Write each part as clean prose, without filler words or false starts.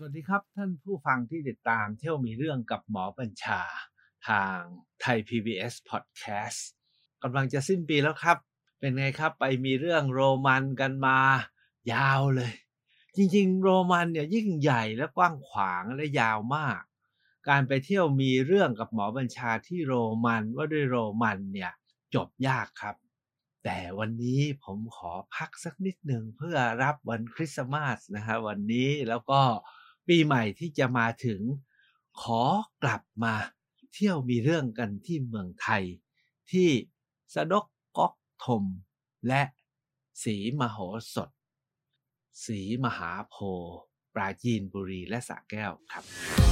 วัสดีครับท่านผู้ฟังที่ติดตามเที่ยวมีเรื่องกับหมอบัญชาทางไทย PBS Podcast กำลังจะสิ้นปีแล้วครับเป็นไงครับไปมีเรื่องโรมันกันมายาวเลยจริงๆโรมันเนี่ยยิ่งใหญ่และกว้างขวางและยาวมากการไปเที่ยวมีเรื่องกับหมอบัญชาที่โรมันว่าด้วยโรมันเนี่ยจบยากครับแต่วันนี้ผมขอพักสักนิดหนึ่งเพื่อรับวันคริสต์มาสนะฮะวันนี้แล้วก็ปีใหม่ที่จะมาถึงขอกลับมาเที่ยวมีเรื่องกันที่เมืองไทยที่สะดกก๊อกธมและศรีมโหสถศรีมหาโพธิ์ปราจีนบุรีและสระแก้วครับ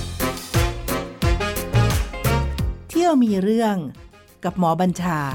เที่ยวมีเรื่องกับหมอบัญชา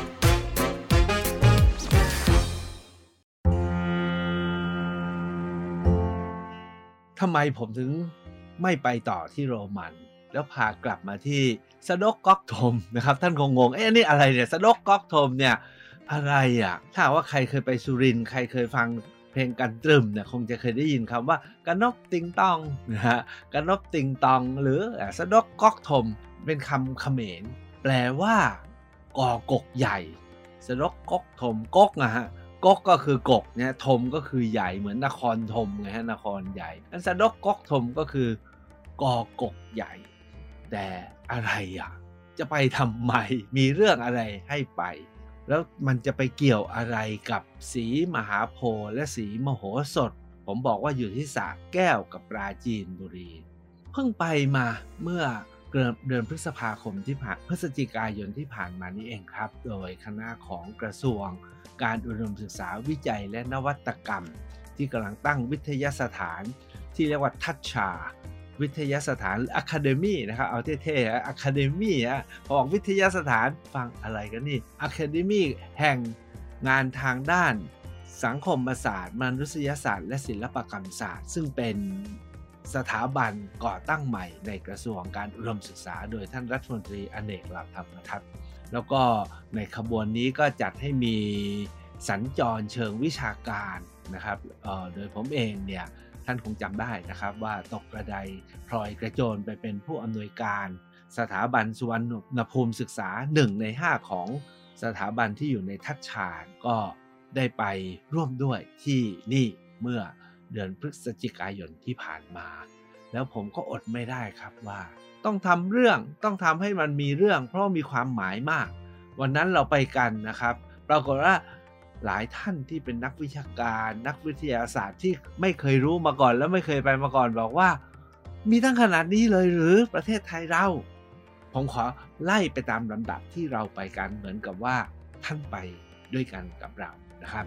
ทำไมผมถึงไม่ไปต่อที่โรมันแล้วพากลับมาที่สะดกก๊อกธมนะครับท่านคงงงนี่อะไรเนี่ยสะดกก๊อกธมเนี่ยอะไรถ้าว่าใครเคยไปสุรินทร์ใครเคยฟังเพลงกันตรึมเนี่ยคงจะเคยได้ยินคำว่ากระนบติงตองนะฮะกระนบติงตองหรือสะดกก๊อกธมเป็นคำเขมรแปลว่ากอกกใหญ่สะดกก๊อกธมก๊กนะฮะก๊กก็คือกกเนี่ยธมก็คือใหญ่เหมือนนครธมไงฮะนครใหญ่อันสะดกก๊อกธมก็คือกอกกใหญ่แต่อะไรจะไปทำไมมีเรื่องอะไรให้ไปแล้วมันจะไปเกี่ยวอะไรกับศรีมหาโพธิ์และศรีมโหสถผมบอกว่าอยู่ที่สระแก้วกับปราจีนบุรีเพิ่งไปมาเมื่อเดือนพฤษภาคมที่ผ่านพฤศจิกายนที่ผ่านมานี้เองครับโดยคณะของกระทรวงการอุดมศึกษาวิจัยและนวัตกรรมที่กำลังตั้งวิทยาสถานที่เรียกว่าทัชชาวิทยาสถานอะคาเดมี่นะครับเอาเท่ๆอะคาเดมี่บอกวิทยาสถานฟังอะไรกันนี่อะคาเดมี่แห่งงานทางด้านสังคมศาสตร์มนุษยศาสตร์และศิลปกรรมศาสตร์ซึ่งเป็นสถาบันก่อตั้งใหม่ในกระทรวงการอุดมศึกษาโดยท่านรัฐมนตรีอเนก เหล่าธรรมทัศน์แล้วก็ในขบวนนี้ก็จัดให้มีสัญจรเชิงวิชาการนะครับโดยผมเองเนี่ยท่านคงจำได้นะครับว่าตกกระไดพลอยกระโจนไปเป็นผู้อำนวยการสถาบันสุวรรณภูมิศึกษา1ใน5ของสถาบันที่อยู่ในทัชชาก็ได้ไปร่วมด้วยที่นี่เมื่อเดือนพฤศจิกายนที่ผ่านมาแล้วผมก็อดไม่ได้ครับว่าต้องทำเรื่องต้องทำให้มันมีเรื่องเพราะมีความหมายมากวันนั้นเราไปกันนะครับปรากฏว่าหลายท่านที่เป็นนักวิชาการนักวิทยาศาสตร์ที่ไม่เคยรู้มาก่อนและไม่เคยไปมาก่อนบอกว่ามีตั้งขนาดนี้เลยหรือประเทศไทยเราผมขอไล่ไปตามลำดับที่เราไปกันเหมือนกับว่าท่านไปด้วยกันกับเรานะครับ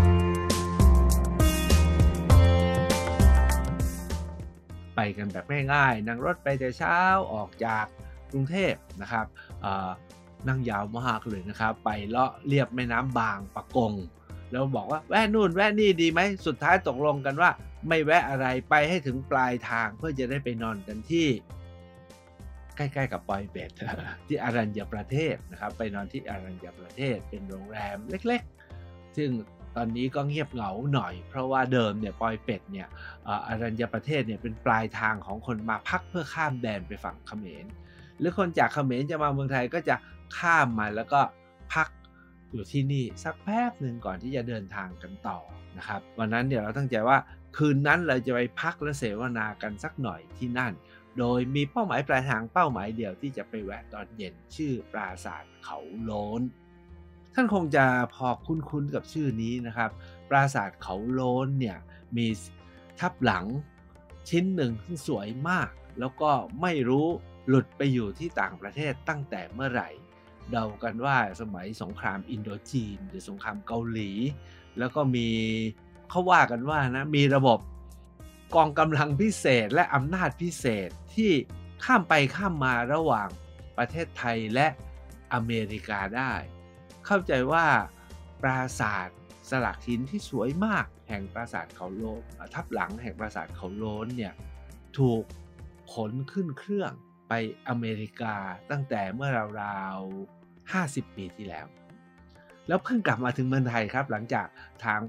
ไปกันแบบง่ายๆนั่งรถไปแต่เช้าออกจากกรุงเทพนะครับนั่งยาวมากเลยนะครับไปเลาะเลียบแม่น้ำบางปะกงแล้วบอกว่าแวะนู่นแวะนี่ดีไหมสุดท้ายตกลงกันว่าไม่แวะอะไรไปให้ถึงปลายทางเพื่อจะได้ไปนอนกันที่ใกล้ๆกับปอยเป็ดที่อรัญญประเทศนะครับไปนอนที่อรัญญประเทศเป็นโรงแรมเล็กๆซึ่งตอนนี้ก็เงียบเหงาหน่อยเพราะว่าเดิมเนี่ยปอยเป็ดเนี่ยอรัญญประเทศเนี่ยเป็นปลายทางของคนมาพักเพื่อข้ามแดนไปฝั่งเขมรหรือคนจากเขมรจะมาเมืองไทยก็จะข้ามมาแล้วก็พักอยู่ที่นี่สักแป๊บหนึ่งก่อนที่จะเดินทางกันต่อนะครับวันนั้นเดี๋ยวเราตั้งใจว่าคืนนั้นเราจะไปพักและเสวนากันสักหน่อยที่นั่นโดยมีเป้าหมายปลายทางเป้าหมายเดียวที่จะไปแวะตอนเย็นชื่อปราสาทเขาโล้นท่านคงจะพอคุ้นๆกับชื่อนี้นะครับปราสาทเขาโล้นเนี่ยมีทับหลังชิ้นหนึ่งที่สวยมากแล้วก็ไม่รู้หลุดไปอยู่ที่ต่างประเทศตั้งแต่เมื่อไหร่เดากันว่าสมัยสงครามอินโดจีนหรือสงครามเกาหลีแล้วก็มีเขาว่ากันว่านะมีระบบกองกำลังพิเศษและอำนาจพิเศษที่ข้ามไปข้ามมาระหว่างประเทศไทยและอเมริกาได้เข้าใจว่าปราสาทสลักหินที่สวยมากแห่งปราสาทเขาโล้นทับหลังแห่งปราสาทเขาโล้นเนี่ยถูกขนขึ้นเครื่องไปอเมริกาตั้งแต่เมื่อราวๆ50 ปีที่แล้วเพิ่งกลับมาถึงเมืองไทยครับหลังจากทาง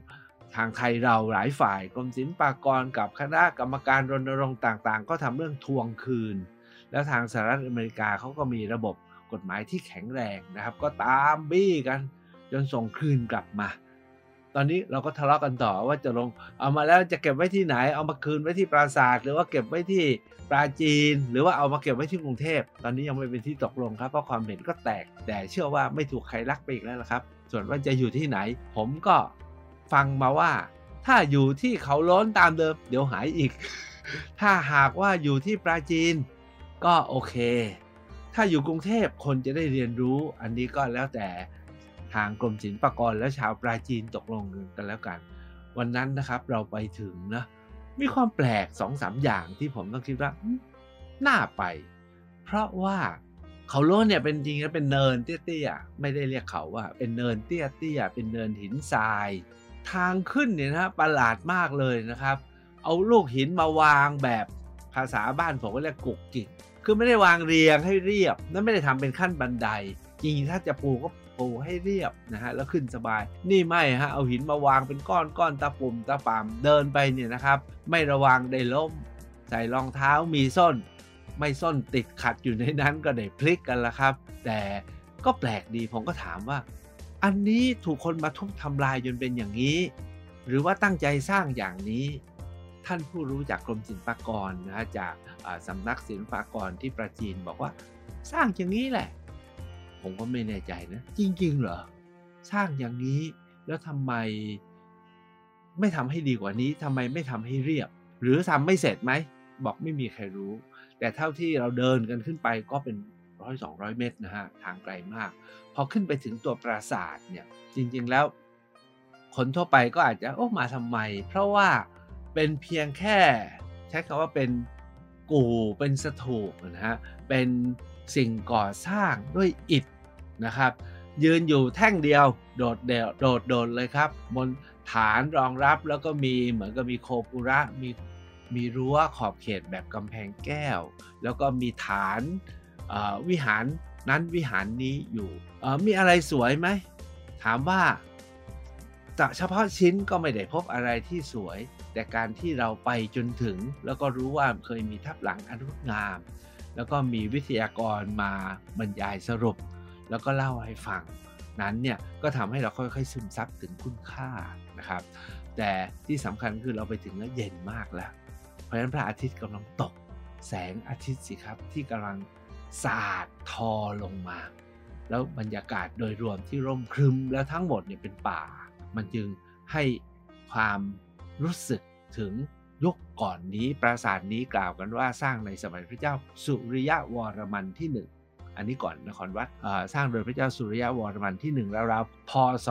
ทางไทยเราหลายฝ่ายกรมศิลปากรกับคณะกรรมการรณรงค์ต่างๆก็ทำเรื่องทวงคืนแล้วทางสหรัฐอเมริกาเขาก็มีระบบกฎหมายที่แข็งแรงนะครับก็ตามบี้กันจนส่งคืนกลับมาตอนนี้เราก็ทะเลาะกันต่อว่าจะลงเอามาแล้วจะเก็บไว้ที่ไหนเอามาคืนไว้ที่ปราสาทหรือว่าเก็บไว้ที่ปราจีนหรือว่าเอามาเก็บไว้ที่กรุงเทพตอนนี้ยังไม่เป็นที่ตกลงครับเพราะความเห็นก็แตกแต่เชื่อว่าไม่ถูกใครลักไปอีกแล้วล่ะครับส่วนว่าจะอยู่ที่ไหนผมก็ฟังมาว่าถ้าอยู่ที่เขาโล้นตามเดิมเดี๋ยวหายอีก ถ้าหากว่าอยู่ที่ปราจีนก็โอเคถ้าอยู่กรุงเทพคนจะได้เรียนรู้อันนี้ก็แล้วแต่ทางกรมศิลปากรและชาวปราจีนตกลงกันแล้วกันวันนั้นนะครับเราไปถึงนะมีความแปลก 2-3 อย่างที่ผมต้องคิดว่าน่าไปเพราะว่าเขาโล้นเนี่ยเป็นจริงแล้วเป็นเนินเตี้ยๆไม่ได้เรียกเขาว่าเป็นเนินเตี้ยๆเป็นเนินหินทรายทางขึ้นเนี่ยนะประหลาดมากเลยนะครับเอาลูกหินมาวางแบบภาษาบ้านผมก็เรียกกุกกิกคือไม่ได้วางเรียงให้เรียบนั่นไม่ได้ทำเป็นขั้นบันไดจริงถ้าจะปูก็ปูให้เรียบนะฮะแล้วขึ้นสบายนี่ไม่ฮะเอาหินมาวางเป็นก้อนตะปุ่มตะปามเดินไปเนี่ยนะครับไม่ระวังได้ล้มใส่รองเท้ามีส้นไม่ส้นติดขัดอยู่ในนั้นก็ได้พลิกกันละครับแต่ก็แปลกดีผมก็ถามว่าอันนี้ถูกคนมาทุบทำลายจนเป็นอย่างนี้หรือว่าตั้งใจสร้างอย่างนี้ท่านผู้รู้จากกรมศิลปากรนะฮะจากสำนักศิลปากรที่ปราจีนบอกว่าสร้างอย่างนี้แหละผมก็ไม่แน่ใจนะจริงๆเหรอสร้างอย่างนี้แล้วทำไมไม่ทำให้ดีกว่านี้ทำไมไม่ทำให้เรียบหรือทำไม่เสร็จไหมบอกไม่มีใครรู้แต่เท่าที่เราเดินกันขึ้นไปก็เป็น100-200 เมตรนะฮะทางไกลมากพอขึ้นไปถึงตัวปราสาทเนี่ยจริงๆแล้วคนทั่วไปก็อาจจะมาทำไมเพราะว่าเป็นเพียงแค่ใช้คำว่าเป็นกู่เป็นสถูปนะฮะเป็นสิ่งก่อสร้างด้วยอิฐนะครับยืนอยู่แท่งเดียวโดดเลยครับบนฐานรองรับแล้วก็มีเหมือนกับมีโคปุระมีรั้วขอบเขตแบบกำแพงแก้วแล้วก็มีฐานวิหารนั้นวิหารนี้อยู่มีอะไรสวยไหมถามว่าเฉพาะชิ้นก็ไม่ได้พบอะไรที่สวยแต่การที่เราไปจนถึงแล้วก็รู้ว่าเคยมีทับหลังอันงดงามแล้วก็มีวิทยากรมาบรรยายสรุปแล้วก็เล่าให้ฟังนั้นเนี่ยก็ทำให้เราค่อยๆซึมซับถึงคุณค่านะครับแต่ที่สำคัญคือเราไปถึงแล้วเย็นมากแล้วเพราะฉะนั้นพระอาทิตย์กำลังตกแสงอาทิตย์สิครับที่กำลังสาดทอลงมาแล้วบรรยากาศโดยรวมที่ร่มครึมแล้วทั้งหมดเนี่ยเป็นป่ามันจึงให้ความรู้สึกถึงยุคก่อนนี้ปราสาทนี้กล่าวกันว่าสร้างในสมัยพระเจ้าสุริยะวรมันที่1อันนี้ก่อนนครวัดสร้างโดยพระเจ้าสุริยะวรมันที่1ราวๆพ.ศ.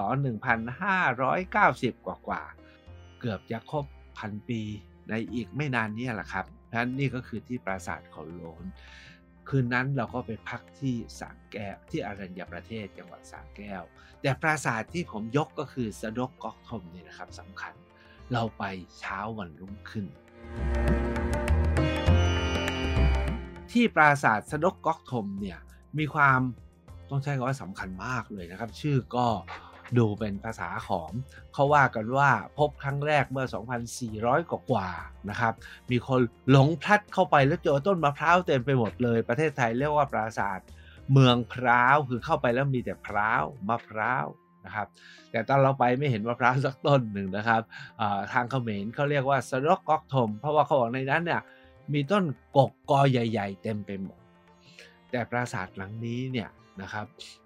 1590 กว่าเกือบจะครบ1,000 ปีในอีกไม่นานนี้แหละครับนั้นนี่ก็คือที่ปราสาทเขาโล้นคืนนั้นเราก็ไปพักที่สระแก้วที่อรัญญประเทศจังหวัดสระแก้วแต่ปราสาทที่ผมยกก็คือสะดกก๊อกทมนี่นะครับสำคัญเราไปเช้าวันรุ่งขึ้นที่ปราสาทสะดกก๊อกทมเนี่ยมีความต้องใช้คำว่าสำคัญมากเลยนะครับชื่อก็ดูเป็นภาษาขอมเขาว่ากันว่าพบครั้งแรกเมื่อ 2,400 กว่านะครับมีคนหลงพลัดเข้าไปแล้วเจอต้นมะพร้าวเต็มไปหมดเลยประเทศไทยเรียกว่าปราสาทเมืองพร้าวคือเข้าไปแล้วมีแต่พร้าวมะพร้าวนะครับแต่ตอนเราไปไม่เห็นมะพร้าวสักต้นหนึ่งนะครับทางเขมรเขาเรียกว่าสะดกก๊อกทมเพราะว่าเขาบอกในนั้นเนี่ยมีต้นกกกอใหญ่ๆเต็มไปหมดแต่ปราสาทหลังนี้เนี่ยนะครับ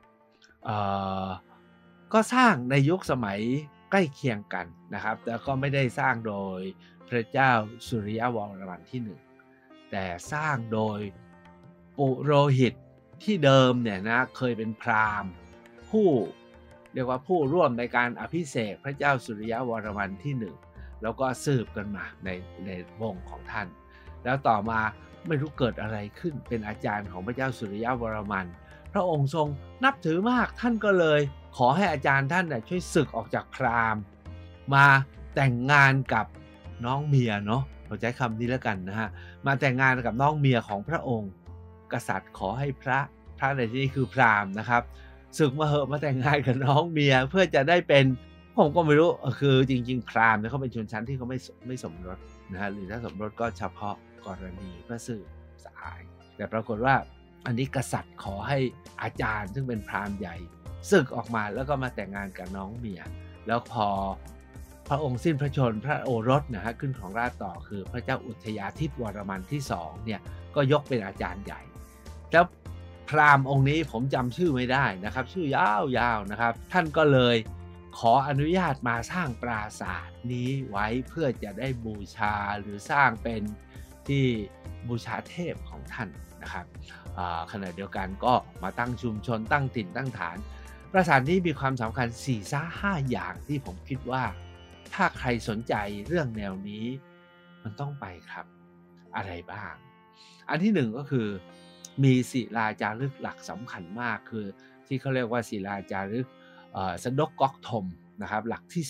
ก็สร้างในยุคสมัยใกล้เคียงกันนะครับแต่ก็ไม่ได้สร้างโดยพระเจ้าสุริยะวรมันที่1แต่สร้างโดยปุโรหิตที่เดิมเนี่ยนะเคยเป็นพราหมณ์ผู้เรียกว่าผู้ร่วมในการอภิเษกพระเจ้าสุริยะวรมันที่1แล้วก็สืบกันมาในวงของท่านแล้วต่อมาไม่รู้เกิดอะไรขึ้นเป็นอาจารย์ของพระเจ้าสุริยะวรมันพระองค์ทรงนับถือมากท่านก็เลยขอให้อาจารย์ท่านช่วยสึกออกจากพราหมณ์มาแต่งงานกับน้องเมียเนาะเราใช้คำนี้แล้วกันนะฮะมาแต่งงานกับน้องเมียของพระองค์กษัตริย์ขอให้พระในที่นี้คือพราหมณ์นะครับสึกมาเหอะมาแต่งงานกับน้องเมียเพื่อจะได้เป็นผมก็ไม่รู้คือจริงๆพราหมณ์เนี่ยเขาเป็นชนชั้นที่เขาไม่สมรสนะฮะหรือถ้าสมรสก็เฉพาะกรณีเพื่อสืบสายแต่ปรากฏว่าอันนี้กษัตริย์ขอให้อาจารย์ซึ่งเป็นพราหมณ์ใหญ่สึกออกมาแล้วก็มาแต่งงานกับน้องเมียแล้วพอพระองค์สิ้นพระชนม์พระโอรสนะฮะขึ้นของราชย์ต่อคือพระเจ้าอุทยาธิตวรมันที่2เนี่ยก็ยกเป็นอาจารย์ใหญ่แล้วพราหมณ์องค์นี้ผมจำชื่อไม่ได้นะครับชื่อยาวๆนะครับท่านก็เลยขออนุญาตมาสร้างปราสาทนี้ไว้เพื่อจะได้บูชาหรือสร้างเป็นที่บูชาเทพของท่านนะครับขณะเดียวกันก็มาตั้งชุมชนตั้งถิ่นตั้งฐานปราสาทนี้มีความสำคัญ 4-5 อย่างที่ผมคิดว่าถ้าใครสนใจเรื่องแนวนี้มันต้องไปครับอะไรบ้างอันที่หนึ่งก็คือมีศิลาจารึกหลักสำคัญมากคือที่เขาเรียกว่าศิลาจารึกสะดกก๊อกทมนะครับหลักที่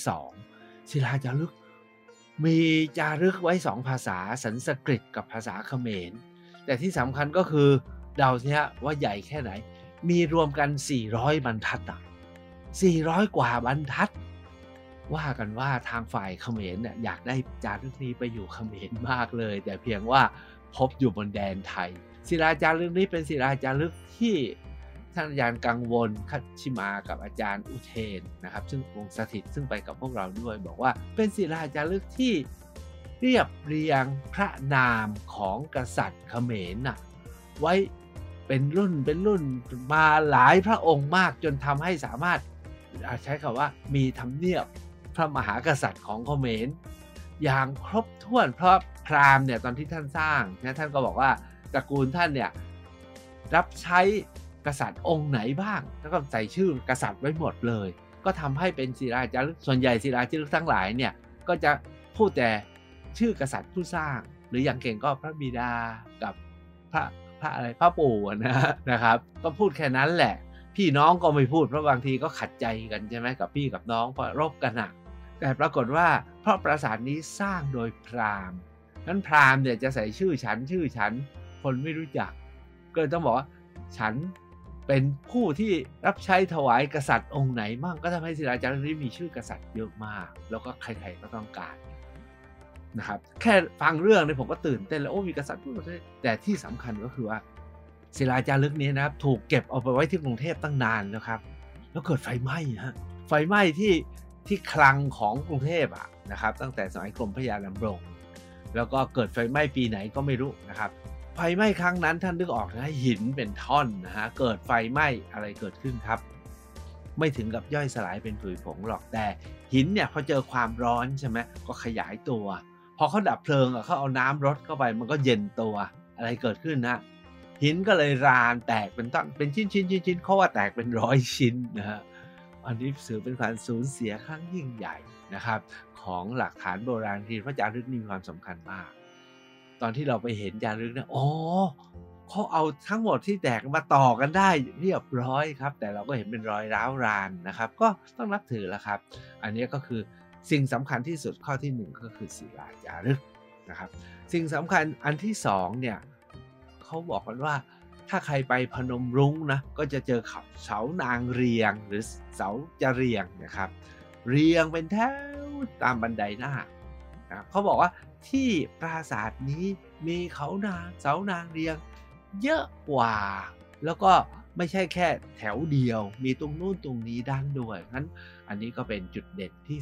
2ศิลาจารึกมีจารึกไว้2ภาษาสันสกฤตกับภาษาเขมรแต่ที่สำคัญก็คือเดาสิฮะว่าใหญ่แค่ไหนมีรวมกัน400บรรทัด400กว่าบรรทัดว่ากันว่าทางฝ่ายเขมรเนี่ยอยากได้จารึกนี้ไปอยู่เขมรมากเลยแต่เพียงว่าพบอยู่บนแดนไทยศิลาจารึกนี้เป็นศิลาจารึกที่ท่านอาจารย์กังวลคัชชิมากับอาจารย์อุเทนนะครับซึ่งวงสถิตซึ่งไปกับพวกเราด้วยบอกว่าเป็นศิลาจารึกที่เรียบเรียงพระนามของกษัตริย์เขมรน่ะไว้เป็นรุ่นมาหลายพระองค์มากจนทำให้สามารถใช้คำว่ามีธรรมเนียบพระมหากษัตริย์ของเขมรอย่างครบถ้วนเพราะพราหมณ์เนี่ยตอนที่ท่านสร้างนะท่านก็บอกว่าตระกูลท่านเนี่ยรับใช้กษัตริย์องค์ไหนบ้างแล้วก็ใส่ชื่อกษัตริย์ไว้หมดเลยก็ทำให้เป็นศิลาจารึกส่วนใหญ่ศิลาจารึกทั้งหลายเนี่ยก็จะพูดแต่ชื่อกษัตริย์ผู้สร้างหรืออย่างเก่งก็พระบิดากับพระปู่นะครับก็พูดแค่นั้นแหละพี่น้องก็ไม่พูดเพราะบางทีก็ขัดใจกันใช่ไหมกับพี่กับน้องเพราะรบกันแต่ปรากฏว่าเพราะปราสาทนี้สร้างโดยพราหมณ์นั้นพราหมณ์เนี่ยจะใส่ชื่อฉันคนไม่รู้จักก็เลยต้องบอกว่าฉันเป็นผู้ที่รับใช้ถวายกษัตริย์องค์ไหนมั่งก็ทำให้ศิลาจารึกนี้มีชื่อกษัตริย์เยอะมากแล้วก็ใครๆก็ต้องการนะครับแค่ฟังเรื่องเนี่ยผมก็ตื่นเต้นแล้วโอ้มีกษัตริย์แต่ที่สำคัญก็คือว่าศิลาจารึกนี้นะครับถูกเก็บเอาไปไว้ที่กรุงเทพตั้งนานแล้วครับแล้วเกิดไฟไหม้ไฟไหม้ที่คลังของกรุงเทพนะครับตั้งแต่สมัยกรมพระยาดำรงแล้วก็เกิดไฟไหม้ปีไหนก็ไม่รู้นะครับไฟไหม้ครั้งนั้นท่านนึกออกนะหินเป็นท่อนนะฮะเกิดไฟไหม้อะไรเกิดขึ้นครับไม่ถึงกับย่อยสลายเป็นผุยผงหรอกแต่หินเนี่ยพอเจอความร้อนใช่ไหมก็ขยายตัวพอเขาดับเพลิงเขาเอาน้ำรดเข้าไปมันก็เย็นตัวอะไรเกิดขึ้นนะหินก็เลยรานแตกเป็นต้นเป็นชิ้นเขาว่าแตกเป็น100 ชิ้นนะฮะอันนี้ถือเป็นการสูญเสียครั้งยิ่งใหญ่นะครับของหลักฐานโบราณที่พระจารึกมีความสำคัญมากตอนที่เราไปเห็นจารึกเนี่ยอ๋อเขาเอาทั้งหมดที่แตกมาต่อกันได้เรียบร้อยครับแต่เราก็เห็นเป็นรอยร้าวรานนะครับก็ต้องนับถือแล้วครับอันนี้ก็คือสิ่งสำคัญที่สุดข้อที่1ก็คือศิลาจารึกนะครับสิ่งสำคัญอันที่2เนี่ยเขาบอกกันว่าถ้าใครไปพนมรุ้งนะก็จะเจอเสานางเรียงหรือเสาจะเรียงนะครับเรียงเป็นแถวตามบันไดหน้าเขาบอกว่าที่ปราสาทนี้มีเสานางเรียงเยอะกว่าแล้วก็ไม่ใช่แค่แถวเดียวมีตรงนู้นตรงนี้ด้านด้วยงั้นอันนี้ก็เป็นจุดเด่นที่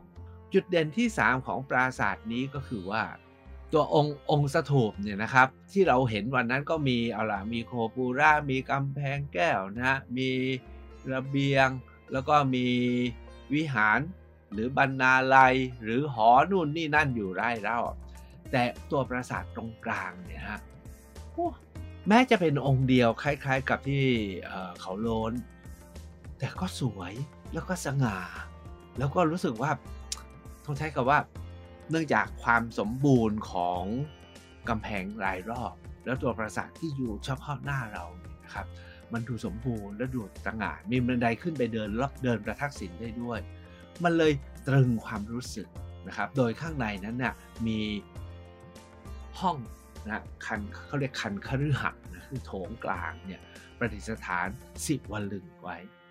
2จุดเด่นที่3ของปราสาทนี้ก็คือว่าตัวองค์สถูปเนี่ยนะครับที่เราเห็นวันนั้นก็มีมีโคปูระมีกำแพงแก้วนะมีระเบียงแล้วก็มีวิหารหรือบรรณาลัยหรือหอนู่นนี่นั่นอยู่รายรอบแต่ตัวปราสาทตรงกลางเนี่ยฮะแม้จะเป็นองค์เดียวคล้ายๆกับที่เขาโล้นแต่ก็สวยแล้วก็สง่าแล้วก็รู้สึกว่าต้องใช้คำว่าเนื่องจากความสมบูรณ์ของกำแพงรายรอบแล้วตัวปราสาทที่อยู่เฉพาะหน้าเรานะครับมันดูสมบูรณ์และดูสง่ามีบันไดขึ้นไปเดินประทักษิณได้ด้วยมันเลยตรึงความรู้สึกนะครับโดยข้างในนั้นน่ะมีห้องนะเขาเรียกคันคฤหะนะคือโถงกลางเนี่ยประดิษฐานศิวลึงไว้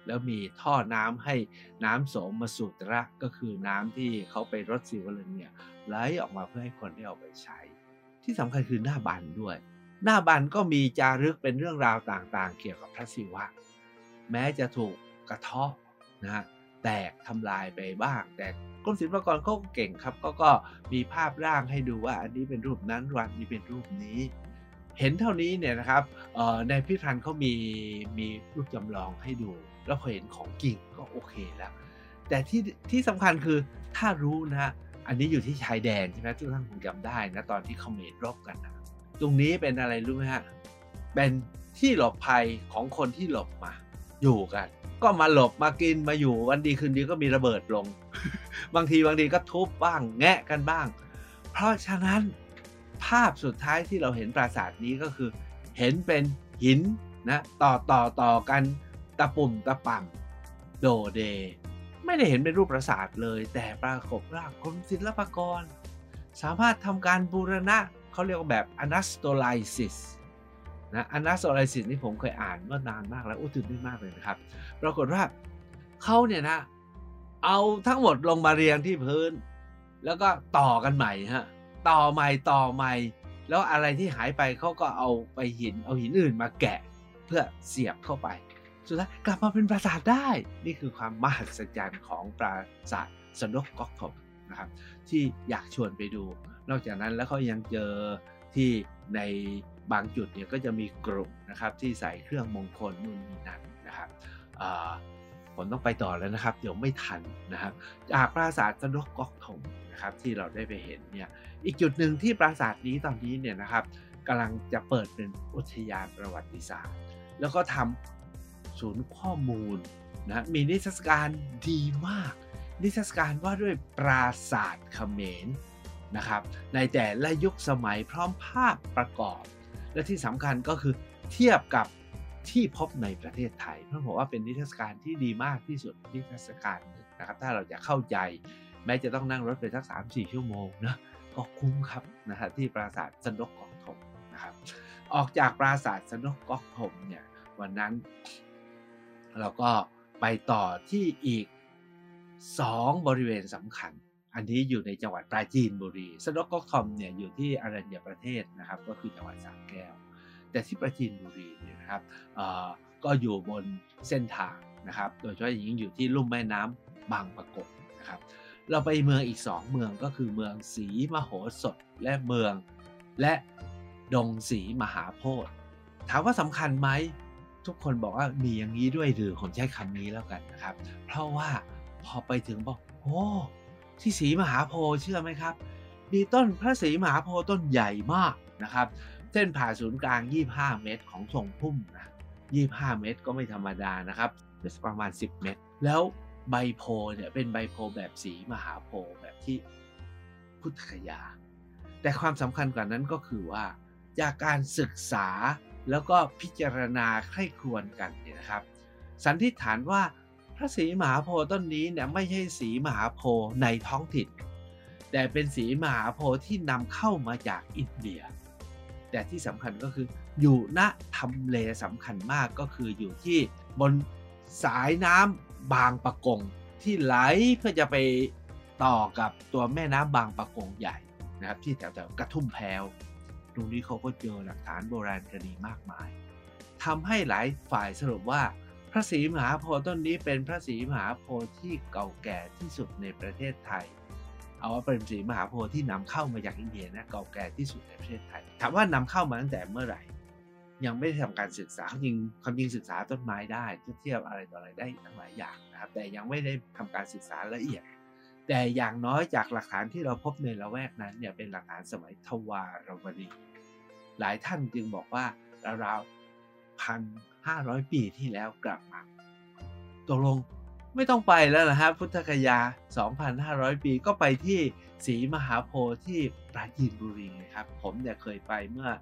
แล้วมีท่อน้ำให้น้ำโสมสุตระก็คือน้ำที่เขาไปรดศิวลึงเนี่ยไหลออกมาเพื่อให้คนได้เอาไปใช้ที่สำคัญคือหน้าบันด้วยหน้าบันก็มีจารึกเป็นเรื่องราวต่างๆเกี่ยวกับพระศิวะแม้จะถูกกระเทาะนะฮะแตกทำลายไปบ้างแต่กรมศิลปากรเขาก็เก่งครับก็มีภาพร่างให้ดูว่าอันนี้เป็นรูปนั้นวันนี้เป็นรูปนี้เห็นเท่านี้เนี่ยนะครับในพิพิธภัณฑ์เขามีรูปจำลองให้ดูแล้วพอเห็นของจริงก็โอเคแล้วแต่ที่สำคัญคือถ้ารู้นะฮะอันนี้อยู่ที่ชายแดนใช่ไหมทุกท่านคงจำได้นะตอนที่เขมรรบกันนะตรงนี้เป็นอะไรรู้ไหมฮะเป็นที่หลบภัยของคนที่หลบมาอยู่กันก็มาหลบมากินมาอยู่วันดีคืนดีก็มีระเบิดลง บางทีก็ทุบบ้างแงะกันบ้างเพราะฉะนั้นภาพสุดท้ายที่เราเห็นปราสาทนี้ก็คือเห็นเป็นหินนะต่อกันตะปุ่มตะป่ำโดเดไม่ได้เห็นเป็นรูปปราสาทเลยแต่ปรากฏว่ากรมศิลปากรสามารถทำการบูรณะเขาเรียกว่าแบบ anastolysis นะ anastolysis นี่ผมเคยอ่านเมื่อนานมากแล้วตื่นเต้นมากเลยนะครับปรากฏว่าเขาเนี่ยนะเอาทั้งหมดลงมาเรียงที่พื้นแล้วก็ต่อกันใหม่ฮะต่อใหม่แล้วอะไรที่หายไปเขาก็เอาหินอื่นมาแกะเพื่อเสียบเข้าไปสุดท้ายกลับมาเป็นปราสาทได้นี่คือความมหัศจรรย์ของปราสาทสนกก๊อกทมนะครับที่อยากชวนไปดูนอกจากนั้นแล้วเขายังเจอที่ในบางจุดเนี่ยก็จะมีกลุ่มนะครับที่ใส่เครื่องมงคลนู่นนี่นั่นนะครับผมต้องไปต่อแล้วนะครับเดี๋ยวไม่ทันนะครับจากปราสาทสนกก๊อกทมนะครับที่เราได้ไปเห็นเนี่ยอีกจุดหนึ่งที่ปราสาทนี้ตอนนี้เนี่ยนะครับกำลังจะเปิดเป็นอุทยานประวัติศาสตร์แล้วก็ทำศูนย์ข้อมูลนะมีนิทรรศการดีมากนิทรรศการว่าด้วยปราสาทเขมรนะครับในแต่ละยุคสมัยพร้อมภาพประกอบและที่สำคัญก็คือเทียบกับที่พบในประเทศไทยเพราะผมว่าเป็นนิทรรศการที่ดีมากที่สุดนิทรรศการนะครับถ้าเราจะเข้าใจแม้จะต้องนั่งรถไปสัก 3-4 ชั่วโมงนะก็คุ้มครับนะฮะที่ปราสาทสนกก๊อกทมนะครับออกจากปราสาทสนกก๊อกทมเนี่ยวันนั้นเราก็ไปต่อที่อีก2บริเวณสำคัญอันนี้อยู่ในจังหวัดปราจีนบุรีสนกก๊อกทมเนี่ยอยู่ที่อรัญญประเทศนะครับก็คือจังหวัดสระแก้วแต่ที่ปราจีนบุรีเนี่ยนะครับก็อยู่บนเส้นทางนะครับโดยเฉพาะอย่างยิ่งอยู่ที่ลุ่มแม่น้ำบางปะกงนะครับเราไปเมืองอีก2เมืองก็คือเมืองศรีมโหสถและดงศรีมหาโพธิ์ถามว่าสำคัญไหมทุกคนบอกว่ามีอย่างนี้ด้วยหรือผมใช้คำนี้แล้วกันนะครับเพราะว่าพอไปถึงบอกโอ้ที่ศรีมหาโพธิ์เชื่อไหมครับมีต้นพระศรีมหาโพธิ์ต้นใหญ่มากนะครับเส้นผ่าศูนย์กลาง25เมตรของทรงพุ่มนะ25เมตรก็ไม่ธรรมดานะครับประมาณ10เมตรแล้วใบโพเนี่ยเป็นใบโพแบบศรีมหาโพธิ์แบบที่พุทธคยาแต่ความสำคัญกว่านั้นก็คือว่าจากการศึกษาแล้วก็พิจารณาใคร่ครวญกันเนี่ยนะครับสันนิษฐานว่าพระศรีมหาโพธิ์ต้นนี้เนี่ยไม่ใช่ศรีมหาโพธิ์ในท้องถิ่นแต่เป็นศรีมหาโพธิ์ที่นำเข้ามาจากอินเดียแต่ที่สำคัญก็คืออยู่ณทำเลสำคัญมากก็คืออยู่ที่บนสายน้ำบางปะกงที่ไหลเพื่อจะไปต่อกับตัวแม่น้ำบางปะกงใหญ่นะครับที่แถวๆกระทุ่มแพรวตรงนี้เขาก็เจอหลักฐานโบราณคดีมากมายทำให้หลายฝ่ายสรุปว่าพระศรีมหาโพธิ์ต้นนี้เป็นพระศรีมหาโพธิ์ที่เก่าแก่ที่สุดในประเทศไทยเอาว่าเป็นศรีมหาโพธิ์ที่นำเข้ามาจากอินเดียนะเก่าแก่ที่สุดในประเทศไทยถามว่านำเข้ามาตั้งแต่เมื่อไหร่ยังไม่ได้ทำการศึกษาความจริงศึกษาต้นไม้ได้เทียบอะไรต่ออะไรได้ทั้งหลายอย่างนะครับแต่ยังไม่ได้ทำการศึกษาละเอียดแต่อย่างน้อยจากหลักฐานที่เราพบในละแวกนั้นเนี่ยเป็นหลักฐานสมัยทวารวดีหลายท่านจึงบอกว่าราวๆ 1,500 ปีที่แล้วกลับมาตกลงไม่ต้องไปแล้วนะฮะพุทธคยา 2,500 ปีก็ไปที่ศรีมหาโพธิ์ที่ปราจีนบุรีครับผมเนี่ยเคยไปเมื่อ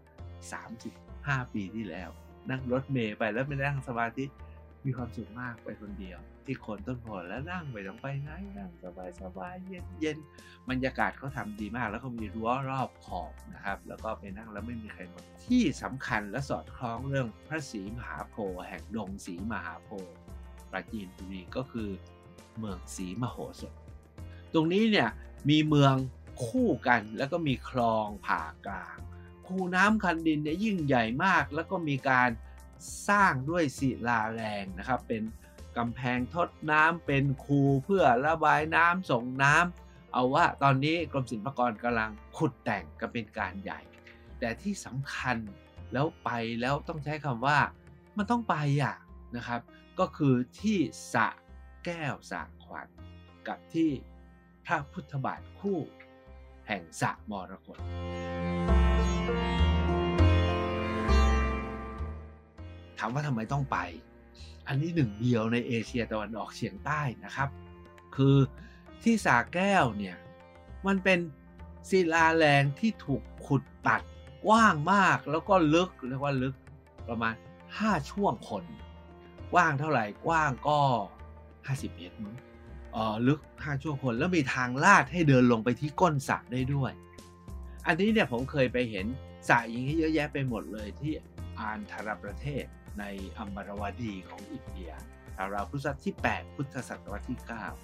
35 ปีที่แล้วนั่งรถเมล์ไปแล้วไปนั่งสมาธิมีความสุขมากไปคนเดียวที่โคนต้นโพธิ์แล้วนั่งไปต้องไปไหนนั่งสบายเย็นบรรยากาศเขาทำดีมากแล้วก็มีรั้วรอบขอบนะครับแล้วก็ไปนั่งแล้วไม่มีใครมาที่สำคัญและสอดคล้องเรื่องพระศรีมหาโพธิ์แห่งดงศรีมหาโพธิ์ปราจีนบุรีก็คือเมืองศรีมโหสถตรงนี้เนี่ยมีเมืองคู่กันแล้วก็มีคลองผ่ากลางคูน้ำคันดินเนี่ยยิ่งใหญ่มากแล้วก็มีการสร้างด้วยศิลาแรงนะครับเป็นกำแพงทดน้ำเป็นคูเพื่อระบายน้ำส่งน้ำเอาว่าตอนนี้กรมศิลปากรกำลังขุดแต่งกันเป็นการใหญ่แต่ที่สำคัญแล้วไปแล้วต้องใช้คำว่ามันต้องไปนะครับก็คือที่สระแก้วสระขวัญกับที่พระพุทธบาทคู่แห่งสระมรกตถามว่าทำไมต้องไปอันนี้หนึ่งเดียวในเอเชียตะวันออกเฉียงใต้นะครับคือที่สระแก้วเนี่ยมันเป็นศิลาแรงที่ถูกขุดตัดกว้างมากแล้วก็ลึกเรียกว่าลึกประมาณ5ช่วงคนกว้างเท่าไหร่กว้างก็50 เมตรมั้งลึก5ช่วงคนแล้วมีทางลาดให้เดินลงไปที่ก้นสระได้ด้วยอันนี้เนี่ยผมเคยไปเห็นสระอย่างนี้เยอะแยะไปหมดเลยที่อันธรประเทศในอัมบารวดีของอินเดียราวๆพุทธศตวรรษที่8พุทธศตวรรษที่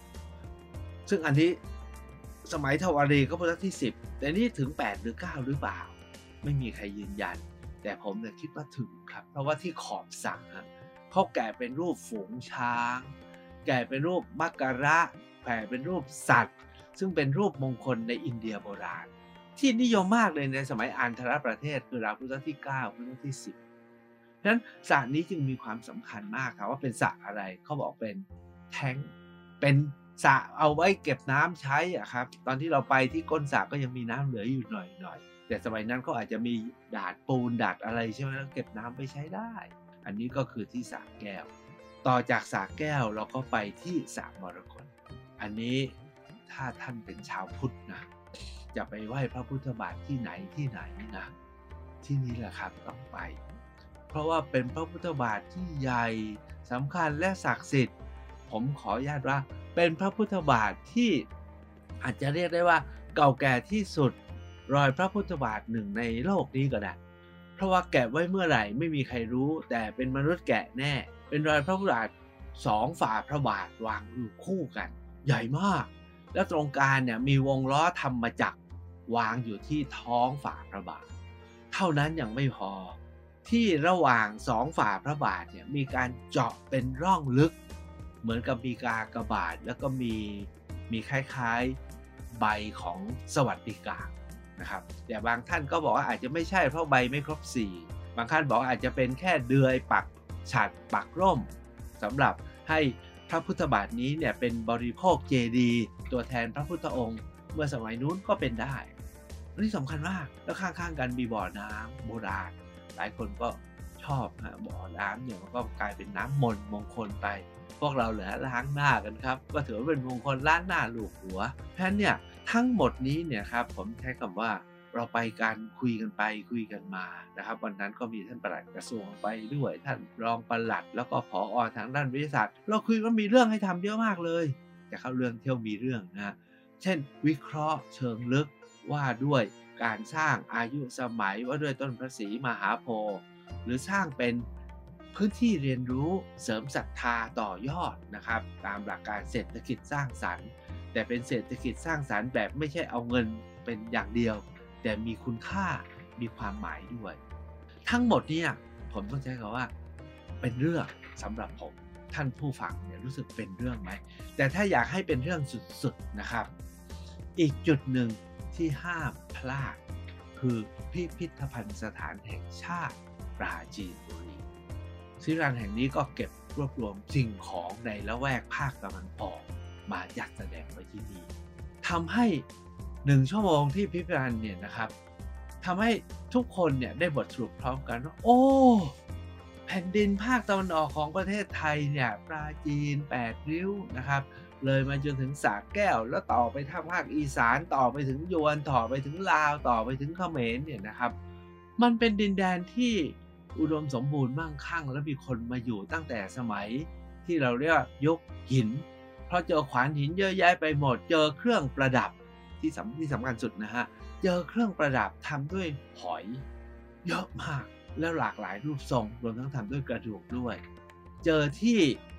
9ซึ่งอันนี้สมัยทวารีก็พุทธศตวรรษที่10แต่นี่ถึง8หรือ9หรือเปล่าไม่มีใครยืนยันแต่ผมเนี่ยคิดว่าถึงครับเพราะว่าที่ขอบสระเขาแกะเป็นรูปฝูงช้างแกะเป็นรูปมักกะระแกะเป็นรูปสัตว์ซึ่งเป็นรูปมงคลในอินเดียโบราณที่นิยมมากเลยในสมัยอันธรประเทศคือราวพุทธศตวรรษที่9พุทธศตวรรษที่10ฉะนั้นสระนี้จึงมีความสำคัญมากครับว่าเป็นสระอะไรเขาบอกเป็นแท้งเป็นสระเอาไว้เก็บน้ำใช้ครับตอนที่เราไปที่ก้นสระก็ยังมีน้ำเหลืออยู่หน่อยแต่สมัยนั้นก็อาจจะมีดาดปูนดาดอะไรใช่ไหมแล้วเก็บน้ำไปใช้ได้อันนี้ก็คือที่สระแก้วต่อจากสระแก้วเราก็ไปที่สระมรกตอันนี้ถ้าท่านเป็นชาวพุทธนะจะไปไหว้พระพุทธบาทที่ไหนนะที่นี่แหละครับต้องไปเพราะว่าเป็นพระพุทธบาทที่ใหญ่สำคัญและศักดิ์สิทธิ์ผมขออนุญาตว่าเป็นพระพุทธบาทที่อาจจะเรียกได้ว่าเก่าแก่ที่สุดรอยพระพุทธบาทหนึ่งในโลกนี้ก็ได้เพราะว่าแกะไว้เมื่อไหร่ไม่มีใครรู้แต่เป็นมนุษย์แกะแน่เป็นรอยพระพุทธบาท2ฝ่าพระบาทวางอยู่คู่กันใหญ่มากแล้วตรงกลางเนี่ยมีวงล้อธรรมจักรวางอยู่ที่ท้องฝ่าพระบาทเท่านั้นยังไม่พอที่ระหว่าง2ฝ่าพระบาทเนี่ยมีการเจาะเป็นร่องลึกเหมือนกับมีกากบาทแล้วก็มีคล้ายๆใบของสวัสดิการนะครับแต่บางท่านก็บอกว่าอาจจะไม่ใช่เพราะใบไม่ครบ4บางท่านบอกอาจจะเป็นแค่เดือยปักฉัตรปักร่มสำหรับให้พระพุทธบาทนี้เนี่ยเป็นบริโภคเจดีย์ตัวแทนพระพุทธองค์เมื่อสมัยนู้นก็เป็นได้นี่สำคัญมากแล้วข้างๆกันมีบ่อน้ำโบราณหลายคนก็ชอบบ่อน้ำเนี่ยมันก็กลายเป็นน้ำมงคลไปพวกเราเหลือล้างหน้ากันครับก็ถือว่าเป็นมงคลล้างหน้าลูบหัวเพราะฉะนั้นเนี่ยทั้งหมดนี้เนี่ยครับผมใช้คำว่าเราไปกันคุยกันไปคุยกันมานะครับวันนั้นก็มีท่านปลัดกระทรวงไปด้วยท่านรองปลัดแล้วก็ผอ.ทางด้านวิทยาศาสตร์เราคุยว่ามีเรื่องให้ทำเยอะมากเลยจะเข้าเรื่องเที่ยวมีเรื่องนะเช่นวิเคราะห์เชิงลึกว่าด้วยการสร้างอายุสมัยว่าด้วยต้นพระศรีมหาโพธิ์หรือสร้างเป็นพื้นที่เรียนรู้เสริมศรัทธาต่อยอดนะครับตามหลักการเศรษฐกิจสร้างสรรค์แต่เป็นเศรษฐกิจสร้างสรรค์แบบไม่ใช่เอาเงินเป็นอย่างเดียวแต่มีคุณค่ามีความหมายด้วยทั้งหมดเนี่ยผมต้องใช้คำว่าเป็นเรื่องสำหรับผมท่านผู้ฟังเนี่ยรู้สึกเป็นเรื่องไหมแต่ถ้าอยากให้เป็นเรื่องสุดๆนะครับอีกจุดหนึ่งที่ห้ามพลาดคือพิพิธภัณฑ์สถานแห่งชาติปราจีนบุรีศิลาแห่งนี้ก็เก็บรวบรวมสิ่งของในละแวกภาคตะวันออกมาจัดแสดงไว้ที่นี่ทำให้1 ชั่วโมงที่พิพิธภัณฑ์เนี่ยนะครับทำให้ทุกคนเนี่ยได้บทสรุปพร้อมกันว่าโอ้แผ่นดินภาคตะวันออกของประเทศไทยเนี่ยปราจีน8ริ้วนะครับเลยมาจนถึงสระแก้วแล้วต่อไปทางภาคอีสานต่อไปถึงยวนต่อไปถึงลาวต่อไปถึงเขมรเนี่ยนะครับมันเป็นดินแดนที่อุดมสมบูรณ์มั่งคั่งและมีคนมาอยู่ตั้งแต่สมัยที่เราเรียกว่ายุคหินเพราะเจอขวานหินเยอะแยะไปหมดเจอเครื่องประดับที่สำคัญสุดนะฮะเจอเครื่องประดับทำด้วยหอยเยอะมากแล้วหลากหลายรูปทรงรวมทั้งทำด้วยกระดูกด้วยเจอที่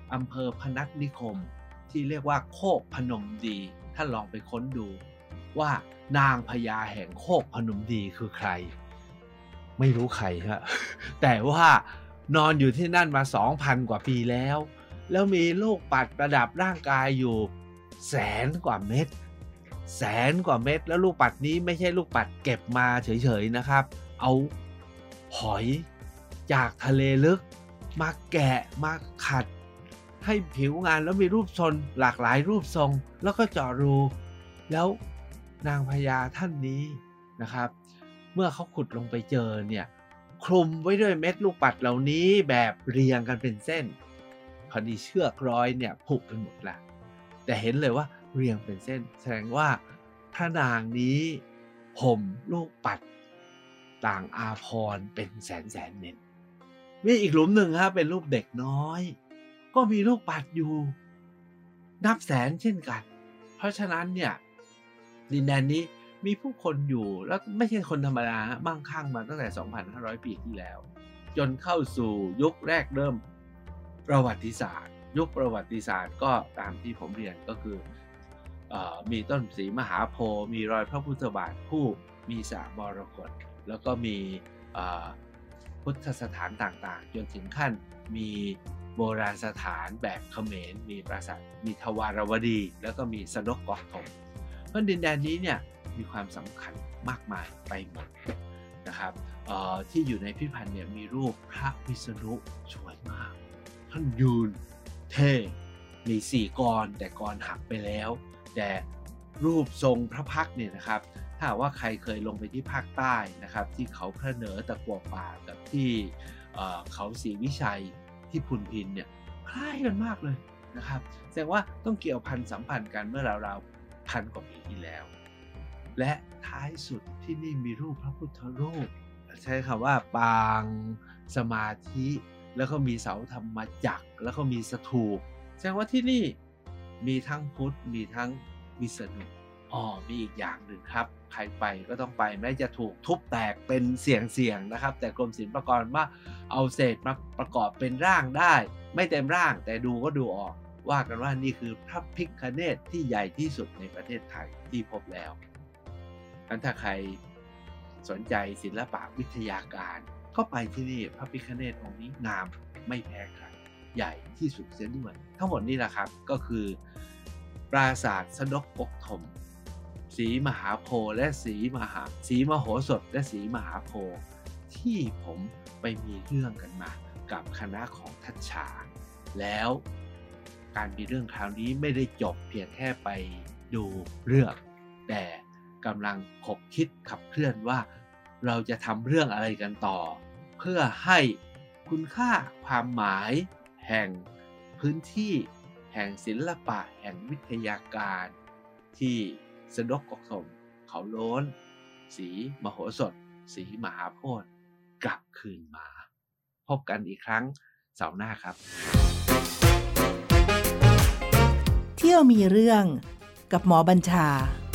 อำเภอพนัสนิคมที่เรียกว่าโคกพนมดีท่านลองไปค้นดูว่านางพญาแห่งโคกพนมดีคือใครไม่รู้ใครฮะ แต่ว่านอนอยู่ที่นั่นมา 2,000 กว่าปีแล้วมีลูกปัดประดับร่างกายอยู่แสนกว่าเม็ดแล้วลูกปัดนี้ไม่ใช่ลูกปัดเก็บมาเฉยๆนะครับเอาหอยจากทะเลลึกมาแกะมาขัดให้ผิวงานแล้วมีรูปทรงหลากหลายรูปทรงแล้วก็เจาะรูแล้วนางพญาท่านนี้นะครับเมื่อเขาขุดลงไปเจอเนี่ยคลุมไว้ด้วยเม็ดลูกปัดเหล่านี้แบบเรียงกันเป็นเส้นพอดีเชือกร้อยเนี่ยผุไปหมดละแต่เห็นเลยว่าเรียงเป็นเส้นแสดงว่าพระนางนี้ห่มลูกปัดต่างอาภรณ์เป็นแสนเม็ดมีอีกหลุมหนึ่งครับเป็นรูปเด็กน้อยก็มีลูกปัดอยู่นับแสนเช่นกันเพราะฉะนั้นเนี่ยดินแดนนี้มีผู้คนอยู่แล้วไม่ใช่คนธรรมดามั่งคั่งมาตั้งแต่ 2,500 ปีที่แล้วจนเข้าสู่ยุคแรกเริ่มประวัติศาสตร์ยุคประวัติศาสตร์ก็ตามที่ผมเรียนก็คือมีต้นศรีมหาโพธิ์มีรอยพระพุทธบาทคู่มีสระมรกตแล้วก็มีพุทธสถานต่างๆจนถึงขั้นมีโบราณสถานแบบเขมรมีปราสาทมีทวารวดีแล้วก็มีสนกกอกธมเพราะดินแดนนี้เนี่ยมีความสำคัญมากมายไปหมดนะครับที่อยู่ในพิพิธภัณฑ์เนี่ยมีรูปพระวิษณุสวยมากท่านยืนเท่มี4 กรแต่กรหักไปแล้วแต่รูปทรงพระพักตร์เนี่ยนะครับถ้าว่าใครเคยลงไปที่ภาคใต้นะครับที่เขาพระเหนือตะกัวป่ากับที่เขาศรีวิชัยที่พุนพินเนี่ยคล้ายกันมากเลยนะครับแสดงว่าต้องเกี่ยวพันสัมพันธ์กันเมื่อราวๆ1,000 กว่าปีที่แล้วและท้ายสุดที่นี่มีรูปพระพุทธรูปใช้คำว่าปางสมาธิแล้วก็มีเสาธรรมจักรแล้วก็มีสถูปแสดงว่าที่นี่มีทั้งพุทธมีทั้งวิษณุมีอีกอย่างหนึ่งครับใครไปก็ต้องไปแม้จะถูกทุบแตกเป็นเสี่ยงนะครับแต่กรมศิลปากรว่าเอาเศษมาประกอบเป็นร่างได้ไม่เต็มร่างแต่ดูก็ดูออกว่ากันว่านี่คือพระพิฆเนศที่ใหญ่ที่สุดในประเทศไทยที่พบแล้วถ้าใครสนใจศิลปะวิทยาการก็ไปที่นี่พระพิฆเนศองค์นี้งามไม่แพ้ใครใหญ่ที่สุดเสียด้วยทั้งหมดนี้แหละครับก็คือปราสาทสนกกกธมศรีมหาโพธิ์และศรีมโหสถและศรีมหาโพธิ์ที่ผมไปมีเรื่องกันมากับคณะของทัชชาแล้วการมีเรื่องคราวนี้ไม่ได้จบเพียงแค่ไปดูเรื่องแต่กำลังขบคิดขับเคลื่อนว่าเราจะทำเรื่องอะไรกันต่อเพื่อให้คุณค่าความหมายแห่งพื้นที่แห่งศิลปะแห่งวิทยาการที่สนกกกธมเขาโล้นศรีมโหสถศรีมหาโพธิ์กลับคืนมาพบกันอีกครั้งเสาร์หน้าครับเที่ยวมีเรื่องกับหมอบัญชา